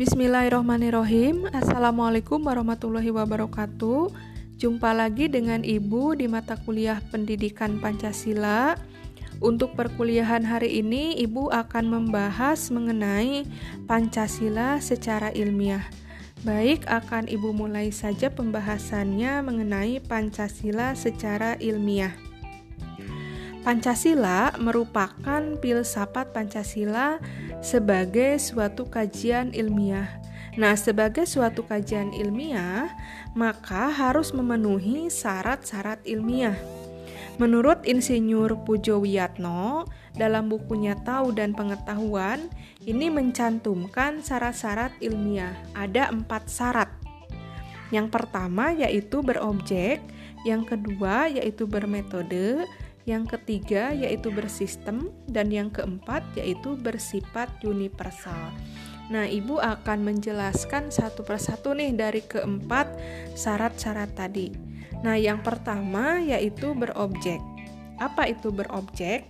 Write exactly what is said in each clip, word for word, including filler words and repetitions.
Bismillahirrohmanirrohim. Assalamualaikum warahmatullahi wabarakatuh. Jumpa lagi dengan Ibu di mata kuliah Pendidikan Pancasila. Untuk perkuliahan hari ini, Ibu akan membahas mengenai Pancasila secara ilmiah. Baik, akan Ibu mulai saja pembahasannya mengenai Pancasila secara ilmiah. Pancasila merupakan filsafat Pancasila sebagai suatu kajian ilmiah. Nah, sebagai suatu kajian ilmiah, maka harus memenuhi syarat-syarat ilmiah. Menurut Insinyur Pujo Wiyatno, dalam bukunya Tahu dan Pengetahuan, ini mencantumkan syarat-syarat ilmiah. Ada empat syarat. Yang pertama yaitu berobjek, yang kedua yaitu bermetode, yang ketiga yaitu bersistem, dan yang keempat yaitu bersifat universal. Nah, Ibu akan menjelaskan satu persatu nih dari keempat syarat-syarat tadi. Nah, yang pertama yaitu berobjek. Apa itu berobjek?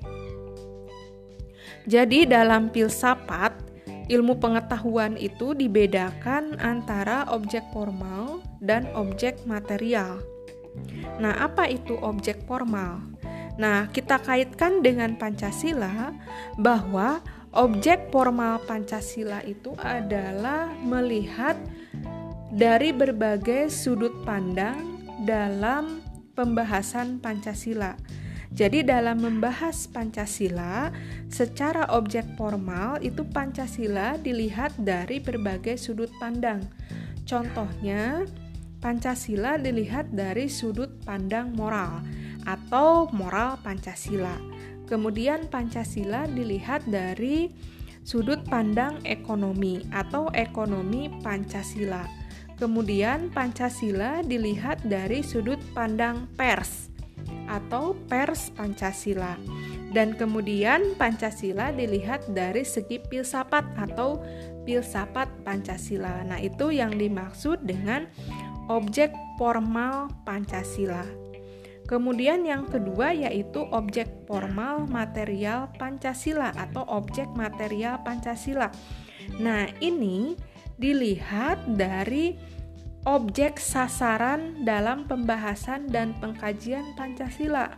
Jadi dalam filsafat, ilmu pengetahuan itu dibedakan antara objek formal dan objek material. Nah, apa itu objek formal? Nah, kita kaitkan dengan Pancasila bahwa objek formal Pancasila itu adalah melihat dari berbagai sudut pandang dalam pembahasan Pancasila. Jadi dalam membahas Pancasila secara objek formal itu Pancasila dilihat dari berbagai sudut pandang. Contohnya, Pancasila dilihat dari sudut pandang moral atau moral Pancasila. Kemudian Pancasila dilihat dari sudut pandang ekonomi atau ekonomi Pancasila. Kemudian Pancasila dilihat dari sudut pandang pers atau pers Pancasila. Dan kemudian Pancasila dilihat dari segi filsafat atau filsafat Pancasila. Nah, itu yang dimaksud dengan objek formal Pancasila. Kemudian yang kedua yaitu objek formal material Pancasila atau objek material Pancasila. Nah, ini dilihat dari objek sasaran dalam pembahasan dan pengkajian Pancasila.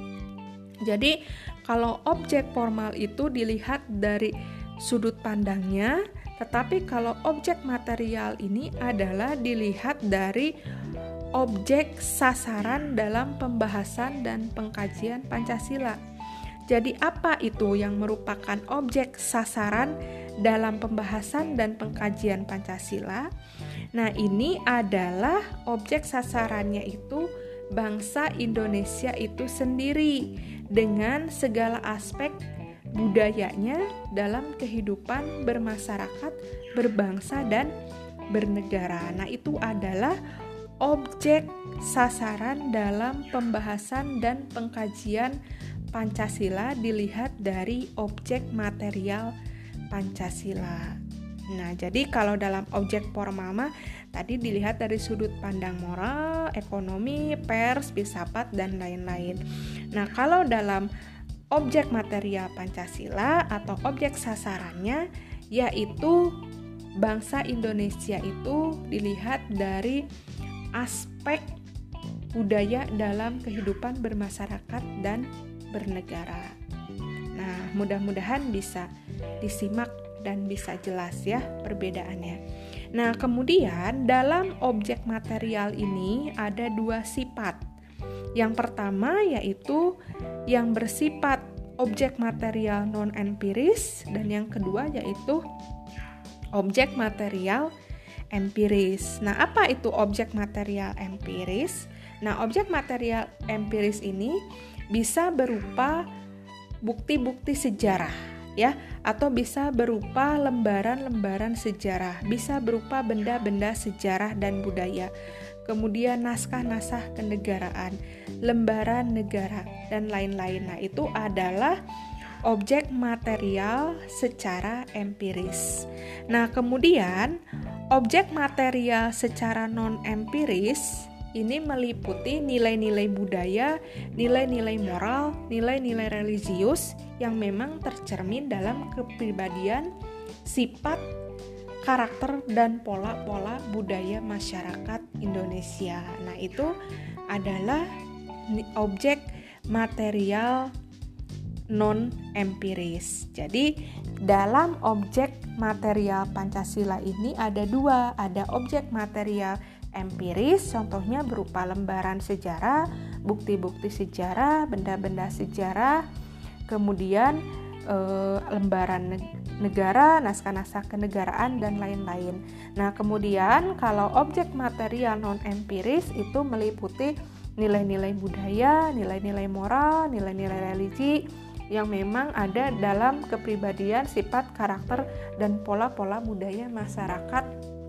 Jadi, kalau objek formal itu dilihat dari sudut pandangnya, tetapi kalau objek material ini adalah dilihat dari objek sasaran dalam pembahasan dan pengkajian Pancasila. Jadi apa itu yang merupakan objek sasaran dalam pembahasan dan pengkajian Pancasila? Nah, ini adalah objek sasarannya itu bangsa Indonesia itu sendiri dengan segala aspek budayanya dalam kehidupan bermasyarakat, berbangsa, dan bernegara. Nah, itu adalah objek sasaran dalam pembahasan dan pengkajian Pancasila dilihat dari objek material Pancasila. Nah, jadi kalau dalam objek formal mah tadi dilihat dari sudut pandang moral, ekonomi, pers, filsafat, dan lain-lain. Nah, kalau dalam objek material Pancasila atau objek sasarannya yaitu bangsa Indonesia itu dilihat dari aspek budaya dalam kehidupan bermasyarakat dan bernegara. Nah, mudah-mudahan bisa disimak dan bisa jelas ya perbedaannya. Nah, kemudian dalam objek material ini ada dua sifat. Yang pertama yaitu yang bersifat objek material non-empiris, dan yang kedua yaitu objek material empiris. Nah, apa itu objek material empiris? Nah, objek material empiris ini bisa berupa bukti-bukti sejarah, ya, atau bisa berupa lembaran-lembaran sejarah, bisa berupa benda-benda sejarah dan budaya. Kemudian naskah-naskah kenegaraan, lembaran negara, dan lain-lain. Nah, itu adalah objek material secara empiris. Nah, kemudian objek material secara non-empiris ini meliputi nilai-nilai budaya, nilai-nilai moral, nilai-nilai religius yang memang tercermin dalam kepribadian, sifat, karakter dan pola-pola budaya masyarakat Indonesia. Nah, itu adalah objek material non-empiris. Jadi, dalam objek material Pancasila ini ada dua, ada objek material empiris, contohnya berupa lembaran sejarah, bukti-bukti sejarah, benda-benda sejarah, kemudian e, lembaran negara, naskah-naskah kenegaraan, dan lain-lain. Nah, kemudian kalau objek material non-empiris itu meliputi nilai-nilai budaya, nilai-nilai moral, nilai-nilai religi yang memang ada dalam kepribadian, sifat, karakter, dan pola-pola budaya masyarakat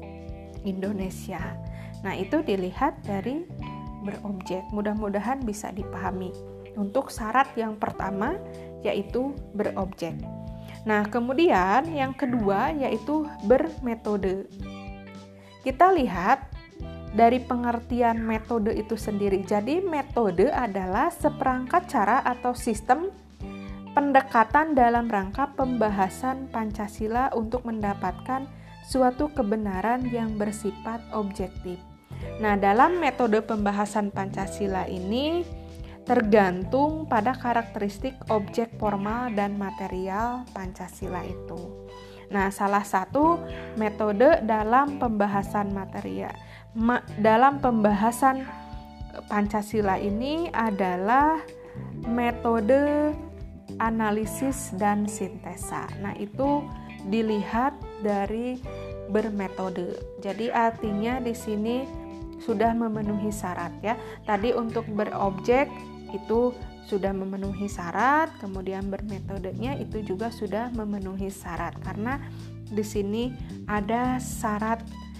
Indonesia. Nah, itu dilihat dari berobjek. Mudah-mudahan bisa dipahami. Untuk syarat yang pertama yaitu berobjek. Nah, kemudian yang kedua yaitu bermetode. Kita lihat dari pengertian metode itu sendiri. Jadi, metode adalah seperangkat cara atau sistem pendekatan dalam rangka pembahasan Pancasila untuk mendapatkan suatu kebenaran yang bersifat objektif. Nah, dalam metode pembahasan Pancasila ini tergantung pada karakteristik objek formal dan material Pancasila itu. Nah, salah satu metode dalam pembahasan material ma, dalam pembahasan Pancasila ini adalah metode analisis dan sintesa. Nah, itu dilihat dari bermetode. Jadi artinya di sini sudah memenuhi syarat ya. Tadi untuk berobjek itu sudah memenuhi syarat, kemudian bermetodenya itu juga sudah memenuhi syarat karena di sini ada syarat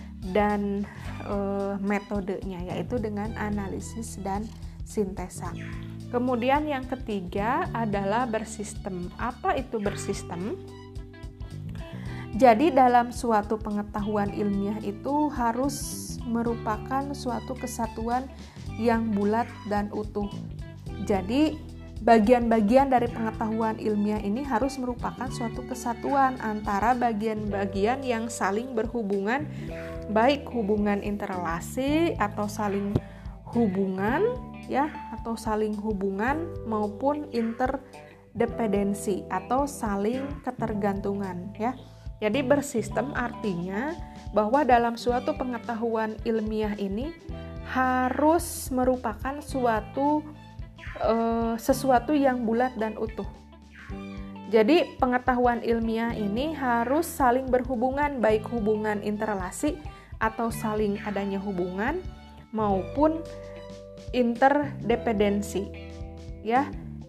dan e, metodenya yaitu dengan analisis dan sintesa. Kemudian yang ketiga adalah bersistem. Apa itu bersistem? Jadi dalam suatu pengetahuan ilmiah itu harus merupakan suatu kesatuan yang bulat dan utuh. Jadi bagian-bagian dari pengetahuan ilmiah ini harus merupakan suatu kesatuan antara bagian-bagian yang saling berhubungan, baik hubungan interrelasi atau saling hubungan ya, atau saling hubungan maupun interdependensi atau saling ketergantungan ya. Jadi bersistem artinya bahwa dalam suatu pengetahuan ilmiah ini harus merupakan suatu e, sesuatu yang bulat dan utuh. Jadi pengetahuan ilmiah ini harus saling berhubungan, baik hubungan interrelasi atau saling adanya hubungan maupun interdependensi. Ya,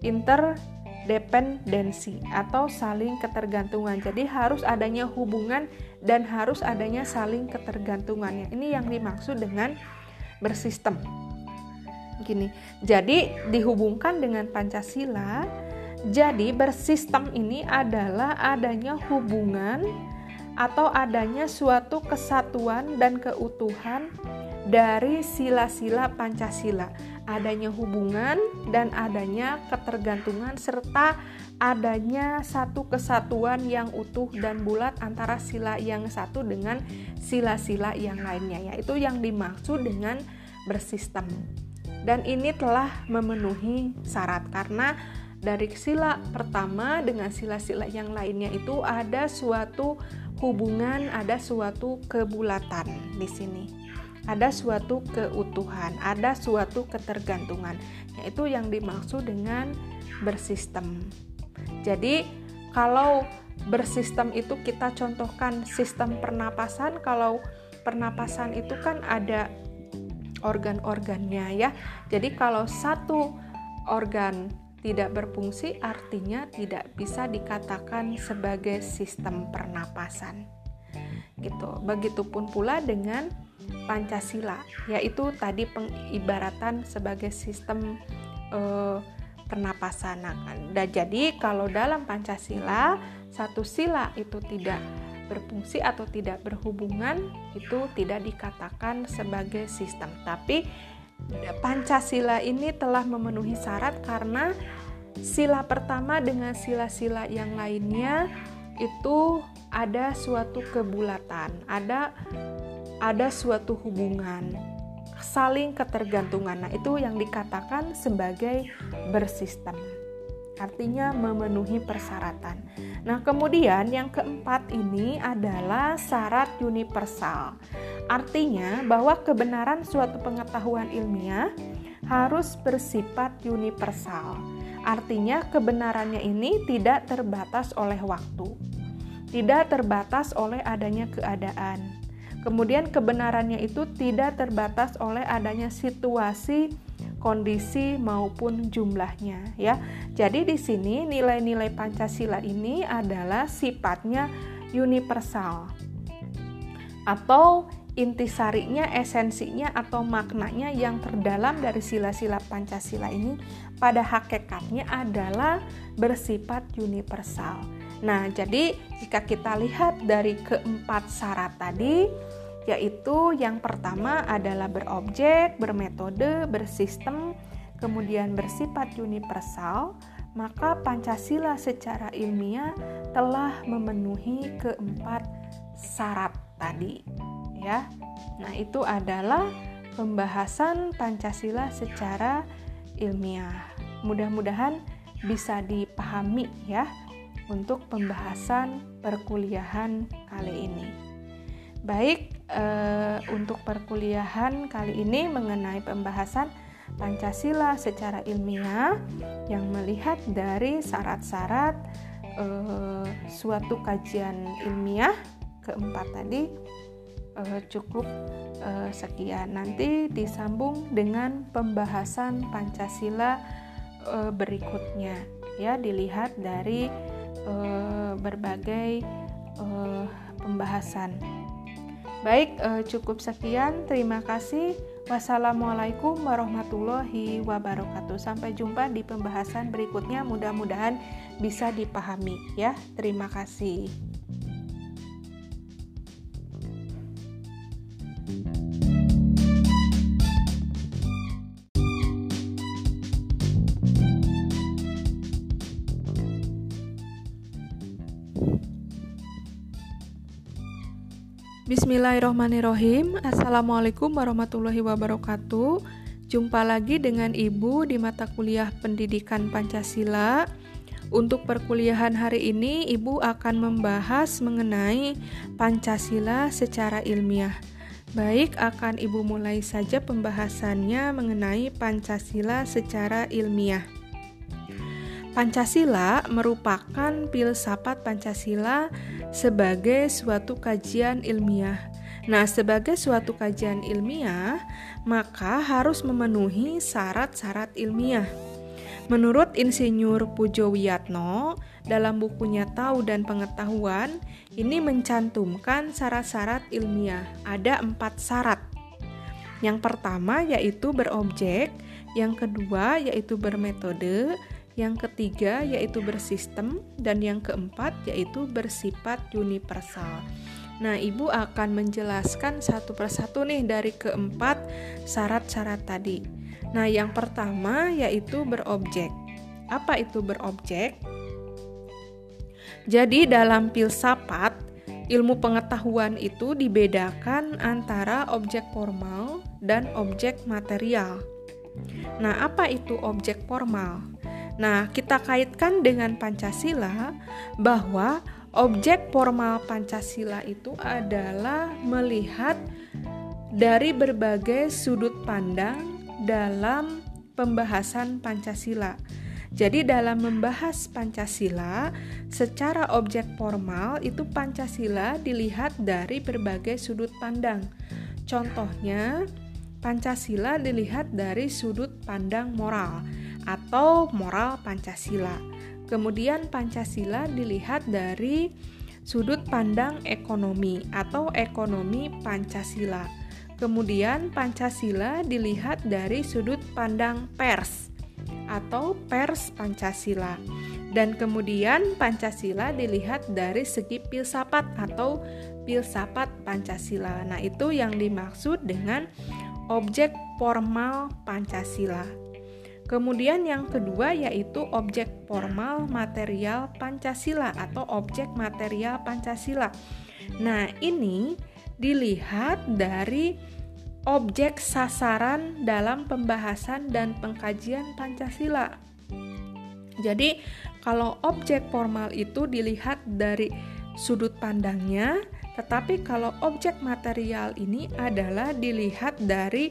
interdependensi atau saling ketergantungan. Jadi harus adanya hubungan dan harus adanya saling ketergantungannya. Ini yang dimaksud dengan bersistem. Gini. Jadi dihubungkan dengan Pancasila. Jadi bersistem ini adalah adanya hubungan atau adanya suatu kesatuan dan keutuhan dari sila-sila Pancasila, adanya hubungan dan adanya ketergantungan serta adanya satu kesatuan yang utuh dan bulat antara sila yang satu dengan sila-sila yang lainnya, yaitu yang dimaksud dengan bersistem. Dan ini telah memenuhi syarat karena dari sila pertama dengan sila-sila yang lainnya itu ada suatu hubungan, ada suatu kebulatan di sini. Ada suatu keutuhan, ada suatu ketergantungan, yaitu yang dimaksud dengan bersistem. Jadi kalau bersistem itu kita contohkan sistem pernapasan, kalau pernapasan itu kan ada organ-organnya ya. Jadi kalau satu organ tidak berfungsi artinya tidak bisa dikatakan sebagai sistem pernapasan. Gitu. Begitupun pula dengan Pancasila, yaitu tadi pengibaratan sebagai sistem eh, pernapasan. Nah, jadi kalau dalam Pancasila satu sila itu tidak berfungsi atau tidak berhubungan, itu tidak dikatakan sebagai sistem. Tapi Pancasila ini telah memenuhi syarat karena sila pertama dengan sila-sila yang lainnya itu ada suatu kebulatan, ada ada suatu hubungan, saling ketergantungan. Nah, itu yang dikatakan sebagai bersistem. Artinya memenuhi persyaratan. Nah, kemudian yang keempat ini adalah syarat universal. Artinya bahwa kebenaran suatu pengetahuan ilmiah harus bersifat universal. Artinya kebenarannya ini tidak terbatas oleh waktu, tidak terbatas oleh adanya keadaan. Kemudian kebenarannya itu tidak terbatas oleh adanya situasi, kondisi maupun jumlahnya, ya. Jadi di sini nilai-nilai Pancasila ini adalah sifatnya universal atau intisarinya, esensinya atau maknanya yang terdalam dari sila-sila Pancasila ini pada hakikatnya adalah bersifat universal. Nah, jadi jika kita lihat dari keempat syarat tadi, yaitu yang pertama adalah berobjek, bermetode, bersistem, kemudian bersifat universal, maka Pancasila secara ilmiah telah memenuhi keempat syarat tadi, ya. Nah, itu adalah pembahasan Pancasila secara ilmiah. Mudah-mudahan bisa dipahami ya untuk pembahasan perkuliahan kali ini. Baik, eh, untuk perkuliahan kali ini mengenai pembahasan Pancasila secara ilmiah yang melihat dari syarat-syarat eh, suatu kajian ilmiah keempat tadi eh, cukup eh, sekian. Nanti disambung dengan pembahasan Pancasila eh, berikutnya, ya, dilihat dari eh, berbagai eh, pembahasan. Baik, eh, cukup sekian. Terima kasih. Wassalamualaikum warahmatullahi wabarakatuh. Sampai jumpa di pembahasan berikutnya. Mudah-mudahan bisa dipahami ya. Terima kasih. Bismillahirrahmanirrahim. Assalamualaikum warahmatullahi wabarakatuh. Jumpa lagi dengan Ibu di mata kuliah Pendidikan Pancasila. Untuk perkuliahan hari ini Ibu akan membahas mengenai Pancasila secara ilmiah. Baik, akan Ibu mulai saja pembahasannya mengenai Pancasila secara ilmiah. Pancasila merupakan filsafat Pancasila sebagai suatu kajian ilmiah. Nah, sebagai suatu kajian ilmiah, maka harus memenuhi syarat-syarat ilmiah. Menurut Insinyur Pujo Wiyatno, dalam bukunya Tahu dan Pengetahuan, ini mencantumkan syarat-syarat ilmiah. Ada empat syarat. Yang pertama yaitu berobjek, yang kedua yaitu bermetode, yang ketiga yaitu bersistem, dan yang keempat yaitu bersifat universal. Nah, Ibu akan menjelaskan satu persatu nih dari keempat syarat-syarat tadi. Nah, yang pertama yaitu berobjek. Apa itu berobjek? Jadi dalam filsafat, ilmu pengetahuan itu dibedakan antara objek formal dan objek material. Nah, apa itu objek formal? Nah, kita kaitkan dengan Pancasila bahwa objek formal Pancasila itu adalah melihat dari berbagai sudut pandang dalam pembahasan Pancasila. Jadi dalam membahas Pancasila secara objek formal itu Pancasila dilihat dari berbagai sudut pandang. Contohnya, Pancasila dilihat dari sudut pandang moral atau moral Pancasila. Kemudian Pancasila dilihat dari sudut pandang ekonomi atau ekonomi Pancasila. Kemudian Pancasila dilihat dari sudut pandang pers atau pers Pancasila. Dan kemudian Pancasila dilihat dari segi filsafat atau filsafat Pancasila. Nah, itu yang dimaksud dengan objek formal Pancasila. Kemudian yang kedua yaitu objek formal material Pancasila atau objek material Pancasila. Nah, ini dilihat dari objek sasaran dalam pembahasan dan pengkajian Pancasila. Jadi, kalau objek formal itu dilihat dari sudut pandangnya, tetapi kalau objek material ini adalah dilihat dari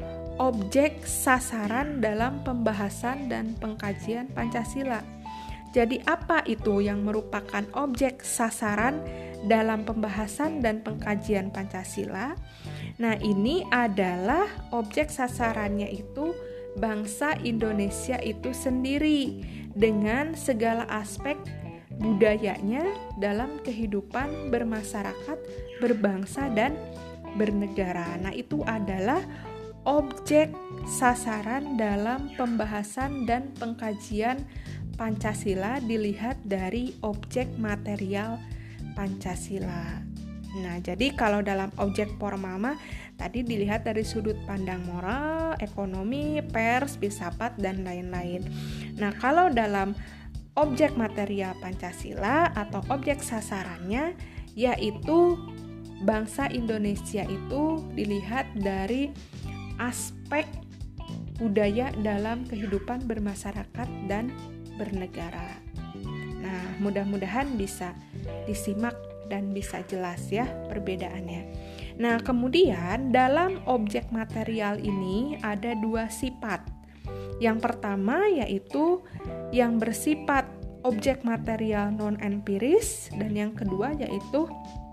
objek sasaran dalam pembahasan dan pengkajian Pancasila. Jadi apa itu yang merupakan objek sasaran dalam pembahasan dan pengkajian Pancasila? Nah, ini adalah objek sasarannya itu bangsa Indonesia itu sendiri dengan segala aspek budayanya dalam kehidupan bermasyarakat, berbangsa dan bernegara. Nah, itu adalah objek sasaran dalam pembahasan dan pengkajian Pancasila dilihat dari objek material Pancasila. Nah, jadi kalau dalam objek formal mah tadi dilihat dari sudut pandang moral, ekonomi, pers, filsafat dan lain-lain. Nah, kalau dalam objek material Pancasila atau objek sasarannya yaitu bangsa Indonesia itu dilihat dari aspek budaya dalam kehidupan bermasyarakat dan bernegara. Nah, mudah-mudahan bisa disimak dan bisa jelas ya perbedaannya. Nah, kemudian dalam objek material ini ada dua sifat. Yang pertama yaitu yang bersifat objek material non-empiris dan yang kedua yaitu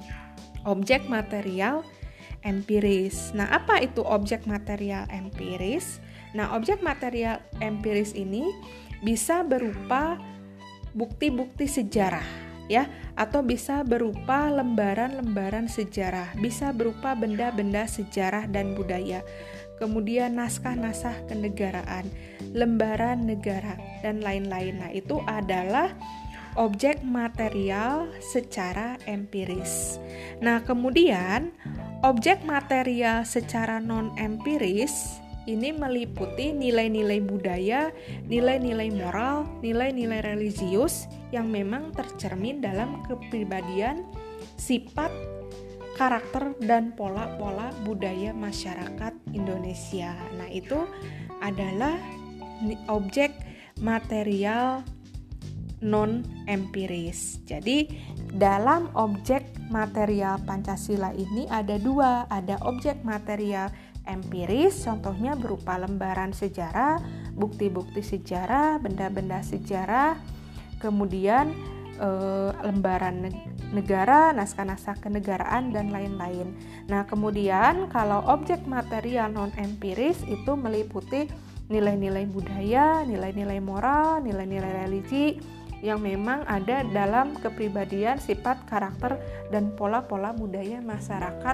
objek material empiris. Nah, apa itu objek material empiris? Nah, objek material empiris ini bisa berupa bukti-bukti sejarah ya, atau bisa berupa lembaran-lembaran sejarah, bisa berupa benda-benda sejarah dan budaya. Kemudian naskah-naskah kenegaraan, lembaran negara dan lain-lain. Nah, itu adalah objek material secara empiris. Nah, kemudian objek material secara non-empiris ini meliputi nilai-nilai budaya, nilai-nilai moral, nilai-nilai religius yang memang tercermin dalam kepribadian, sifat, karakter, dan pola-pola budaya masyarakat Indonesia. Nah, itu adalah objek material non-empiris. Jadi, dalam objek material Pancasila ini ada dua, ada objek material empiris, contohnya berupa lembaran sejarah, bukti-bukti sejarah, benda-benda sejarah, kemudian e, lembaran negara, naskah-naskah kenegaraan, dan lain-lain. Nah, kemudian kalau objek material non-empiris itu meliputi nilai-nilai budaya, nilai-nilai moral, nilai-nilai religi yang memang ada dalam kepribadian, sifat, karakter, dan pola-pola budaya masyarakat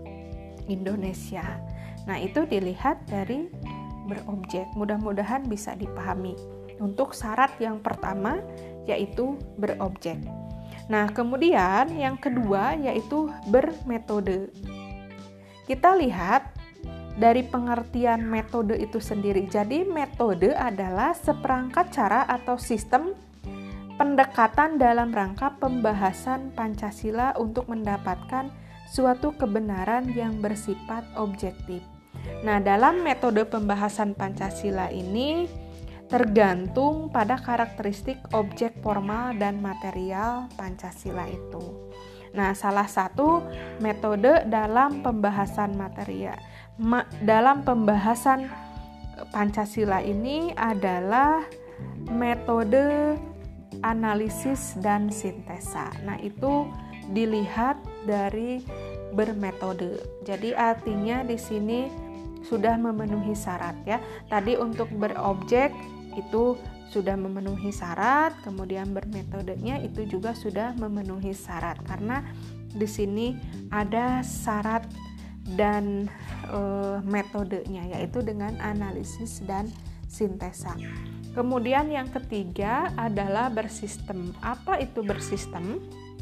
Indonesia. Nah, itu dilihat dari berobjek. Mudah-mudahan bisa dipahami. Untuk syarat yang pertama yaitu berobjek. Nah, kemudian yang kedua yaitu bermetode. Kita lihat dari pengertian metode itu sendiri. Jadi, metode adalah seperangkat cara atau sistem pendekatan dalam rangka pembahasan Pancasila untuk mendapatkan suatu kebenaran yang bersifat objektif. Nah, dalam metode pembahasan Pancasila ini tergantung pada karakteristik objek formal dan material Pancasila itu. Nah, salah satu metode dalam pembahasan material ma- dalam pembahasan Pancasila ini adalah metode analisis dan sintesa. Nah, itu dilihat dari bermetode. Jadi artinya di sini sudah memenuhi syarat ya. Tadi untuk berobjek itu sudah memenuhi syarat, kemudian bermetodenya itu juga sudah memenuhi syarat karena di sini ada syarat dan e, metodenya yaitu dengan analisis dan sintesa. Kemudian yang ketiga adalah bersistem. Apa itu bersistem?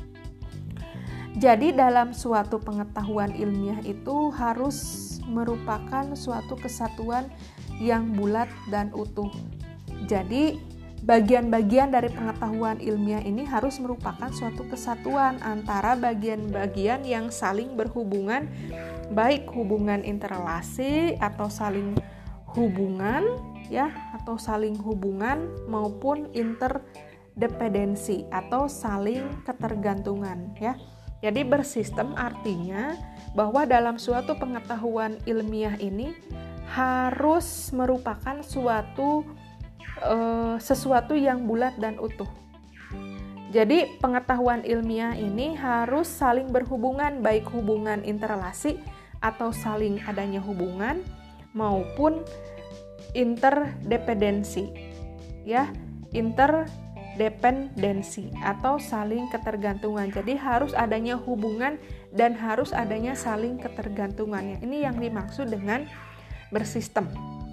Jadi dalam suatu pengetahuan ilmiah itu harus merupakan suatu kesatuan yang bulat dan utuh. Jadi bagian-bagian dari pengetahuan ilmiah ini harus merupakan suatu kesatuan antara bagian-bagian yang saling berhubungan, baik hubungan interrelasi atau saling hubungan ya, atau saling hubungan maupun interdependensi atau saling ketergantungan ya. Jadi bersistem artinya bahwa dalam suatu pengetahuan ilmiah ini harus merupakan suatu Uh, sesuatu yang bulat dan utuh. Jadi pengetahuan ilmiah ini harus saling berhubungan, baik hubungan interrelasi atau saling adanya hubungan maupun interdependensi, ya, interdependensi atau saling ketergantungan. Jadi harus adanya hubungan dan harus adanya saling ketergantungan. Ini yang dimaksud dengan bersistem.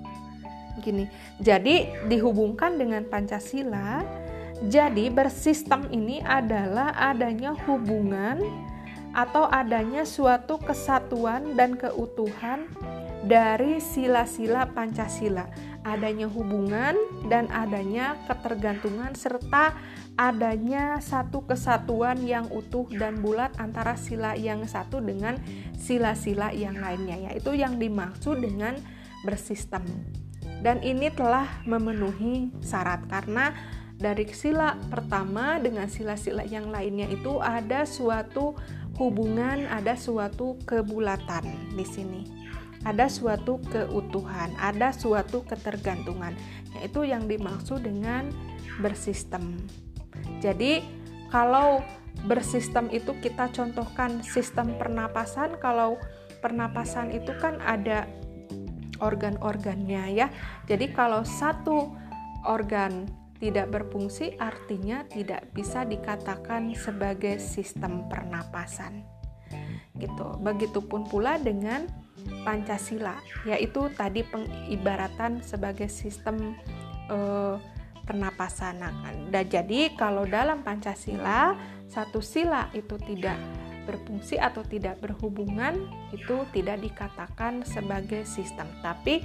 Gini, jadi dihubungkan dengan Pancasila, jadi bersistem ini adalah adanya hubungan atau adanya suatu kesatuan dan keutuhan dari sila-sila Pancasila, adanya hubungan dan adanya ketergantungan serta adanya satu kesatuan yang utuh dan bulat antara sila yang satu dengan sila-sila yang lainnya, yaitu yang dimaksud dengan bersistem. Dan ini telah memenuhi syarat karena dari sila pertama dengan sila-sila yang lainnya itu ada suatu hubungan, ada suatu kebulatan di sini. Ada suatu keutuhan, ada suatu ketergantungan. Yaitu yang dimaksud dengan bersistem. Jadi kalau bersistem itu kita contohkan sistem pernapasan, kalau pernapasan itu kan ada organ-organnya ya. Jadi kalau satu organ tidak berfungsi artinya tidak bisa dikatakan sebagai sistem pernapasan. Gitu. Begitupun pula dengan Pancasila, yaitu tadi pengibaratan sebagai sistem eh, pernapasan. Dan jadi kalau dalam Pancasila satu sila itu tidak berfungsi atau tidak berhubungan, itu tidak dikatakan sebagai sistem. Tapi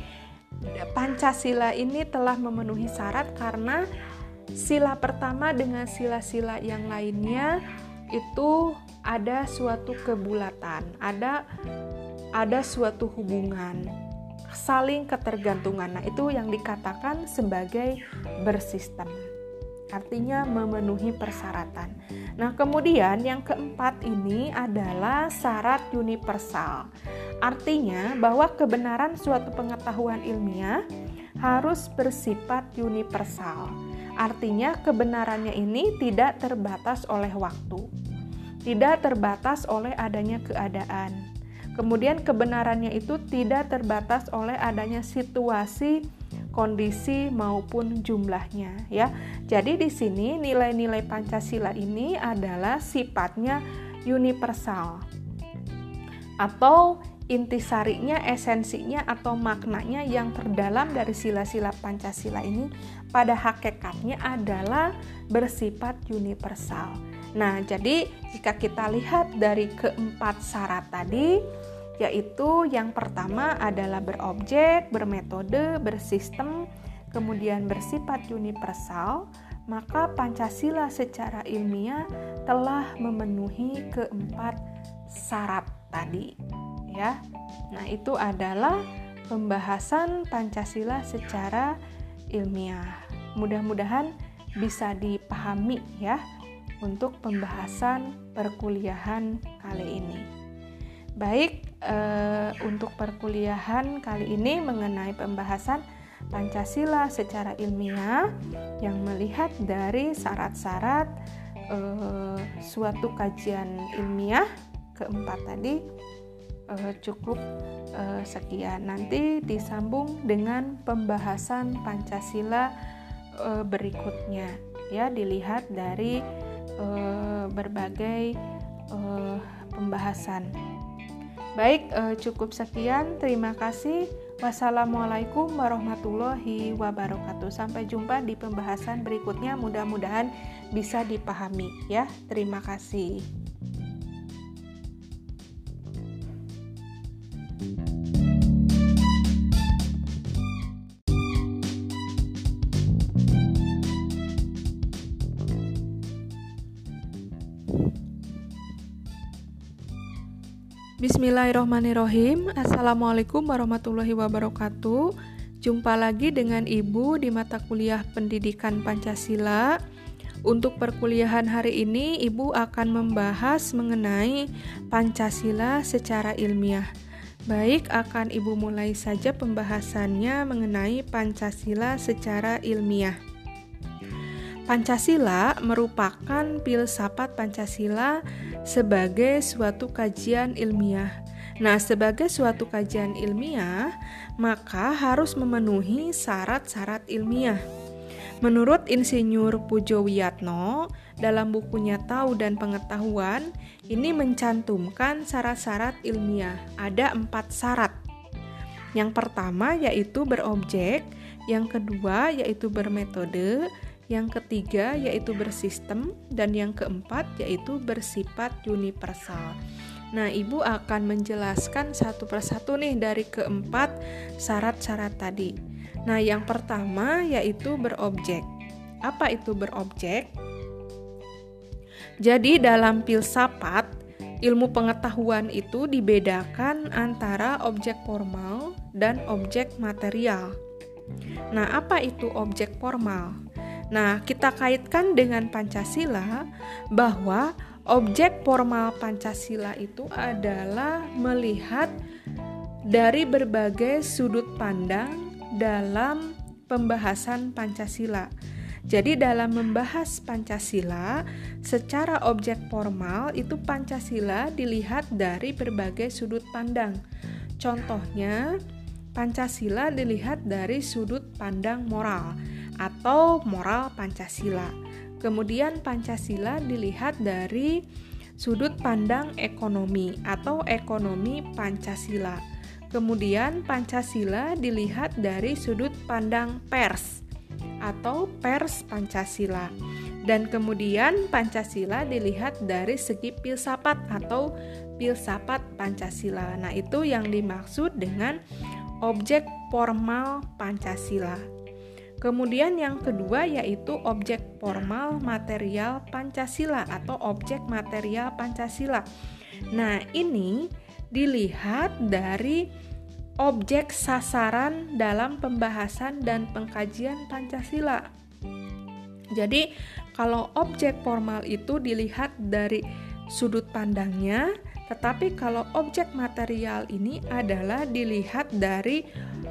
Pancasila ini telah memenuhi syarat karena sila pertama dengan sila-sila yang lainnya itu ada suatu kebulatan, ada ada suatu hubungan, saling ketergantungan. Nah, itu yang dikatakan sebagai bersistem. Artinya memenuhi persyaratan. Nah, kemudian yang keempat ini adalah syarat universal. Artinya bahwa kebenaran suatu pengetahuan ilmiah harus bersifat universal. Artinya kebenarannya ini tidak terbatas oleh waktu, tidak terbatas oleh adanya keadaan. Kemudian kebenarannya itu tidak terbatas oleh adanya situasi, kondisi maupun jumlahnya ya. Jadi di sini nilai-nilai Pancasila ini adalah sifatnya universal atau intisarinya, esensinya atau maknanya yang terdalam dari sila-sila Pancasila ini pada hakikatnya adalah bersifat universal. Nah, jadi jika kita lihat dari keempat syarat tadi, yaitu yang pertama adalah berobjek, bermetode, bersistem, kemudian bersifat universal, maka Pancasila secara ilmiah telah memenuhi keempat syarat tadi, ya. Nah, itu adalah pembahasan Pancasila secara ilmiah. Mudah-mudahan bisa dipahami ya untuk pembahasan perkuliahan kali ini. Baik, eh, untuk perkuliahan kali ini mengenai pembahasan Pancasila secara ilmiah yang melihat dari syarat-syarat eh, suatu kajian ilmiah keempat tadi eh, cukup eh, sekian. Nanti disambung dengan pembahasan Pancasila eh, berikutnya ya, dilihat dari eh, berbagai eh, pembahasan. Baik, eh, cukup sekian. Terima kasih. Wassalamualaikum warahmatullahi wabarakatuh. Sampai jumpa di pembahasan berikutnya. Mudah-mudahan bisa dipahami ya. Terima kasih. Bismillahirrohmanirrohim. Assalamualaikum warahmatullahi wabarakatuh. Jumpa lagi dengan Ibu di mata kuliah Pendidikan Pancasila. Untuk perkuliahan hari ini, Ibu akan membahas mengenai Pancasila secara ilmiah. Baik, akan Ibu mulai saja pembahasannya mengenai Pancasila secara ilmiah. Pancasila merupakan filsafat Pancasila sebagai suatu kajian ilmiah. Nah, sebagai suatu kajian ilmiah, maka harus memenuhi syarat-syarat ilmiah. Menurut Insinyur Pujo Wiyatno, dalam bukunya Tahu dan Pengetahuan, ini mencantumkan syarat-syarat ilmiah. Ada empat syarat. Yang pertama yaitu berobjek, yang kedua yaitu bermetode, yang ketiga yaitu bersistem, dan yang keempat yaitu bersifat universal. Nah, Ibu akan menjelaskan satu persatu nih dari keempat syarat-syarat tadi. Nah, yang pertama yaitu berobjek. Apa itu berobjek? Jadi dalam filsafat, ilmu pengetahuan itu dibedakan antara objek formal dan objek material. Nah, apa itu objek formal? Nah, kita kaitkan dengan Pancasila bahwa objek formal Pancasila itu adalah melihat dari berbagai sudut pandang dalam pembahasan Pancasila. Jadi dalam membahas Pancasila secara objek formal itu Pancasila dilihat dari berbagai sudut pandang. Contohnya, Pancasila dilihat dari sudut pandang moral atau moral Pancasila. Kemudian Pancasila dilihat dari sudut pandang ekonomi atau ekonomi Pancasila. Kemudian Pancasila dilihat dari sudut pandang pers atau pers Pancasila. Dan kemudian Pancasila dilihat dari segi filsafat atau filsafat Pancasila. Nah, itu yang dimaksud dengan objek formal Pancasila. Kemudian yang kedua yaitu objek formal material Pancasila atau objek material Pancasila. Nah, ini dilihat dari objek sasaran dalam pembahasan dan pengkajian Pancasila. Jadi, kalau objek formal itu dilihat dari sudut pandangnya, tetapi kalau objek material ini adalah dilihat dari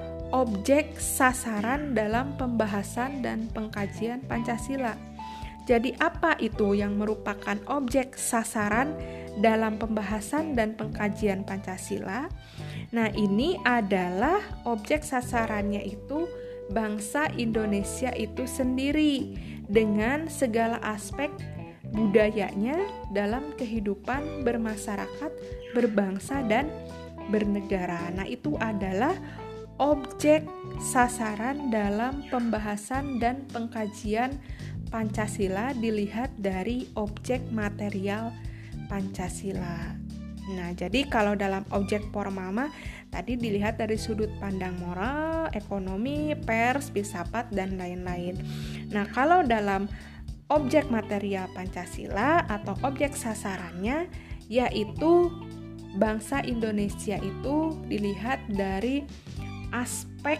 objek sasaran dalam pembahasan dan pengkajian Pancasila. Jadi apa itu yang merupakan objek sasaran dalam pembahasan dan pengkajian Pancasila? Nah, ini adalah objek sasarannya itu bangsa Indonesia itu sendiri dengan segala aspek budayanya dalam kehidupan bermasyarakat, berbangsa, dan bernegara. Nah, itu adalah objek sasaran dalam pembahasan dan pengkajian Pancasila dilihat dari objek material Pancasila. Nah, jadi kalau dalam objek formal mah tadi dilihat dari sudut pandang moral, ekonomi, pers, filsafat, dan lain-lain. Nah, kalau dalam objek material Pancasila atau objek sasarannya yaitu bangsa Indonesia itu dilihat dari aspek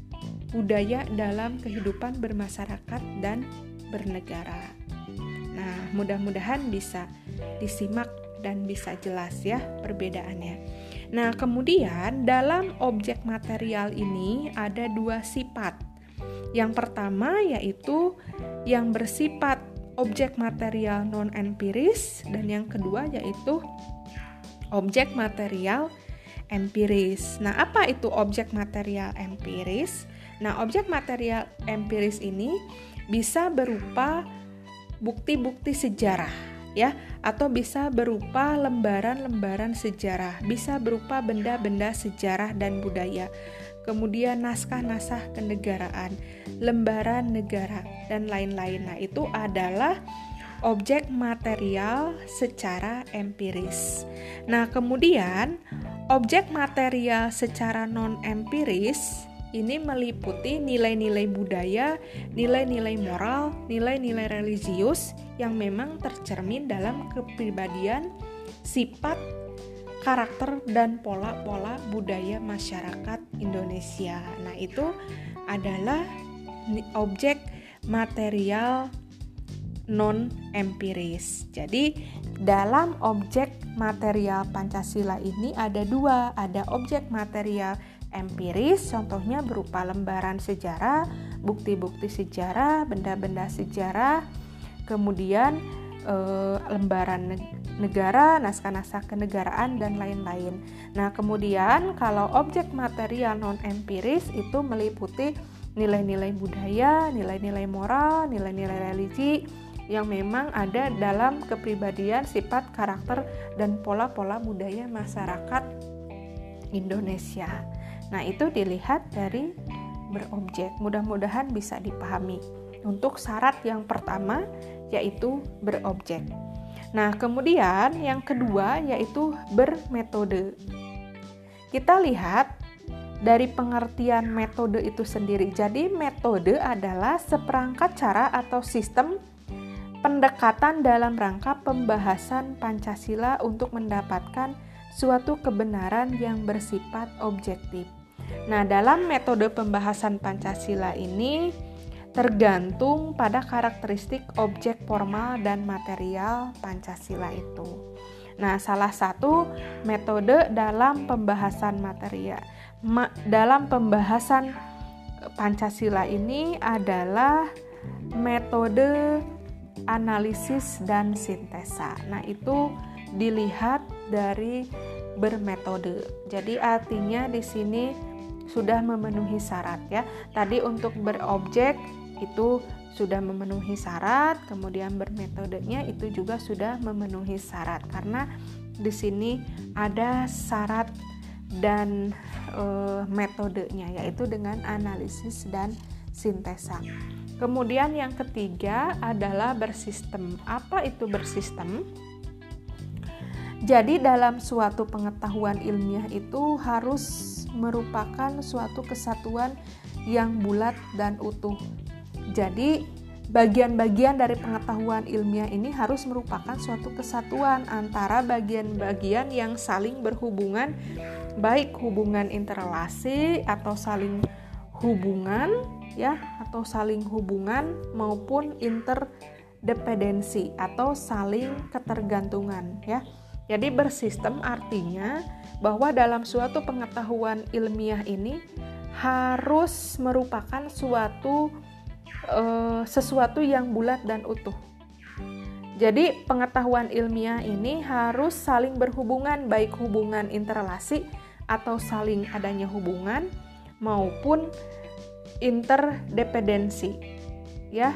budaya dalam kehidupan bermasyarakat dan bernegara. Nah, mudah-mudahan bisa disimak dan bisa jelas ya perbedaannya. Nah, kemudian dalam objek material ini ada dua sifat. Yang pertama yaitu yang bersifat objek material non-empiris, dan yang kedua yaitu objek material empiris. Nah, apa itu objek material empiris? Nah, objek material empiris ini bisa berupa bukti-bukti sejarah, ya, atau bisa berupa lembaran-lembaran sejarah, bisa berupa benda-benda sejarah dan budaya. Kemudian naskah-naskah kenegaraan, lembaran negara, dan lain-lain. Nah, itu adalah objek material secara empiris. Nah, kemudian objek material secara non-empiris ini meliputi nilai-nilai budaya, nilai-nilai moral, nilai-nilai religius yang memang tercermin dalam kepribadian, sifat, karakter dan pola-pola budaya masyarakat Indonesia. Nah, itu adalah objek material non-empiris. Jadi, dalam objek material Pancasila ini ada dua, ada objek material empiris, contohnya berupa lembaran sejarah, bukti-bukti sejarah, benda-benda sejarah, kemudian e, lembaran negara, naskah-naskah kenegaraan, dan lain-lain. Nah, kemudian kalau objek material non-empiris itu meliputi nilai-nilai budaya, nilai-nilai moral, nilai-nilai religi yang memang ada dalam kepribadian, sifat, karakter, dan pola-pola budaya masyarakat Indonesia. Nah, itu dilihat dari berobjek. Mudah-mudahan bisa dipahami. Untuk syarat yang pertama yaitu berobjek. Nah, kemudian yang kedua yaitu bermetode. Kita lihat dari pengertian metode itu sendiri. Jadi, metode adalah seperangkat cara atau sistem pendekatan dalam rangka pembahasan Pancasila untuk mendapatkan suatu kebenaran yang bersifat objektif. Nah, dalam metode pembahasan Pancasila ini tergantung pada karakteristik objek formal dan material Pancasila itu. Nah, salah satu metode dalam pembahasan material ma, dalam pembahasan Pancasila ini adalah metode analisis dan sintesa. Nah, itu dilihat dari bermetode. Jadi artinya di sini sudah memenuhi syarat ya. Tadi untuk berobjek itu sudah memenuhi syarat, kemudian bermetodenya itu juga sudah memenuhi syarat karena di sini ada syarat dan e, metodenya yaitu dengan analisis dan sintesa. Kemudian yang ketiga adalah bersistem. Apa itu bersistem? Jadi dalam suatu pengetahuan ilmiah itu harus merupakan suatu kesatuan yang bulat dan utuh. Jadi bagian-bagian dari pengetahuan ilmiah ini harus merupakan suatu kesatuan antara bagian-bagian yang saling berhubungan, baik hubungan interrelasi atau saling hubungan ya, atau saling hubungan maupun interdependensi atau saling ketergantungan ya. Jadi bersistem artinya bahwa dalam suatu pengetahuan ilmiah ini harus merupakan suatu e, sesuatu yang bulat dan utuh. Jadi pengetahuan ilmiah ini harus saling berhubungan, baik hubungan interrelasi atau saling adanya hubungan maupun interdependensi. Ya,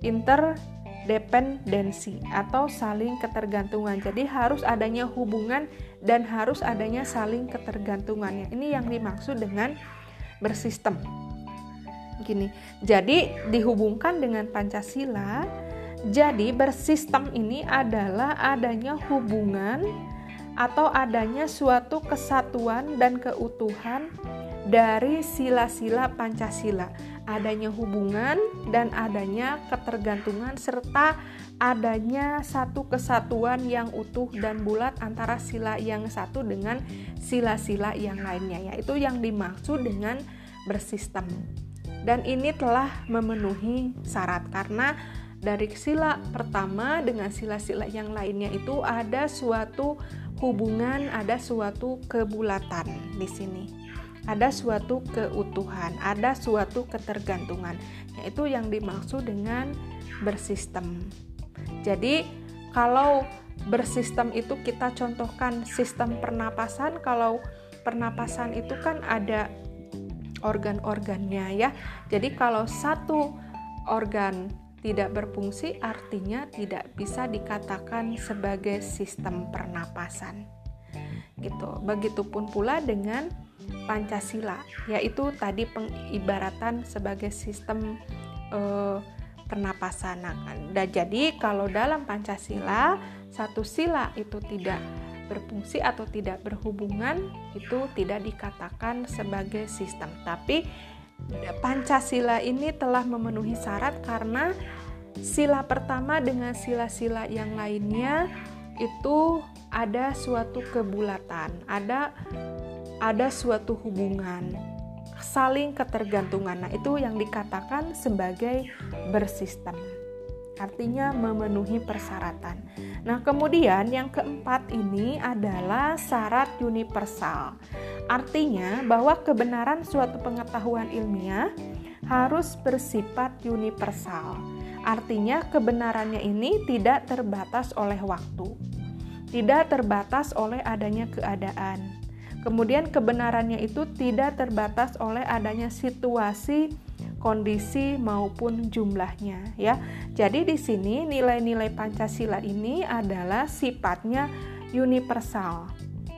interdependensi atau saling ketergantungan. Jadi harus adanya hubungan dan harus adanya saling ketergantungan. Ini yang dimaksud dengan bersistem. Gini. Jadi dihubungkan dengan Pancasila. Jadi bersistem ini adalah adanya hubungan atau adanya suatu kesatuan dan keutuhan dari sila-sila Pancasila, adanya hubungan dan adanya ketergantungan serta adanya satu kesatuan yang utuh dan bulat antara sila yang satu dengan sila-sila yang lainnya, yaitu yang dimaksud dengan bersistem. Dan ini telah memenuhi syarat karena dari sila pertama dengan sila-sila yang lainnya itu ada suatu hubungan, ada suatu kebulatan di sini. Ada suatu keutuhan, ada suatu ketergantungan, yaitu yang dimaksud dengan bersistem. Jadi kalau bersistem itu kita contohkan sistem pernapasan, kalau pernapasan itu kan ada organ-organnya ya. Jadi kalau satu organ tidak berfungsi artinya tidak bisa dikatakan sebagai sistem pernapasan. Gitu. Begitupun pula dengan Pancasila, yaitu tadi pengibaratan sebagai sistem eh, pernapasan. Dan jadi kalau dalam Pancasila satu sila itu tidak berfungsi atau tidak berhubungan, itu tidak dikatakan sebagai sistem. Tapi Pancasila ini telah memenuhi syarat karena sila pertama dengan sila-sila yang lainnya itu ada suatu kebulatan, ada ada suatu hubungan, saling ketergantungan. Nah, itu yang dikatakan sebagai bersistem. Artinya memenuhi persyaratan. Nah, kemudian yang keempat ini adalah syarat universal. Artinya bahwa kebenaran suatu pengetahuan ilmiah harus bersifat universal. Artinya kebenarannya ini tidak terbatas oleh waktu, tidak terbatas oleh adanya keadaan. Kemudian kebenarannya itu tidak terbatas oleh adanya situasi, kondisi maupun jumlahnya, ya. Jadi di sini nilai-nilai Pancasila ini adalah sifatnya universal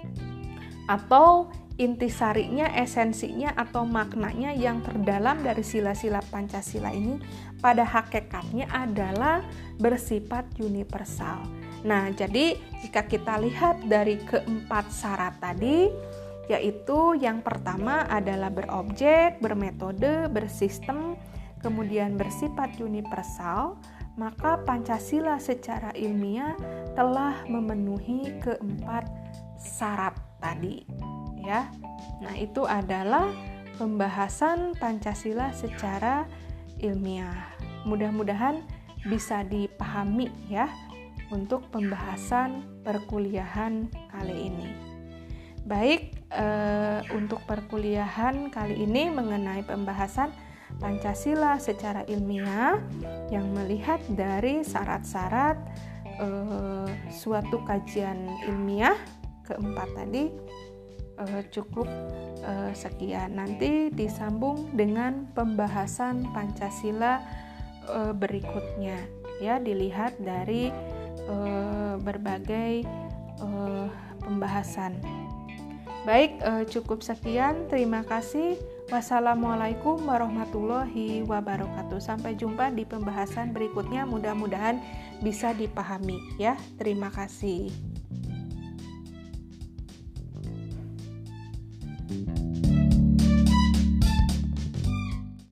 atau intisarinya, esensinya atau maknanya yang terdalam dari sila-sila Pancasila ini pada hakikatnya adalah bersifat universal. Nah, jadi jika kita lihat dari keempat syarat tadi, yaitu yang pertama adalah berobjek, bermetode, bersistem, kemudian bersifat universal, maka Pancasila secara ilmiah telah memenuhi keempat syarat tadi, ya. Nah, itu adalah pembahasan Pancasila secara ilmiah. Mudah-mudahan bisa dipahami ya untuk pembahasan perkuliahan kali ini. Baik, eh, untuk perkuliahan kali ini mengenai pembahasan Pancasila secara ilmiah yang melihat dari syarat-syarat eh, suatu kajian ilmiah keempat tadi eh, cukup eh, sekian. Nanti disambung dengan pembahasan Pancasila eh, berikutnya, ya, dilihat dari eh, berbagai eh, pembahasan. Baik, eh, cukup sekian. Terima kasih. Wassalamualaikum warahmatullahi wabarakatuh. Sampai jumpa di pembahasan berikutnya. Mudah-mudahan bisa dipahami ya. Terima kasih.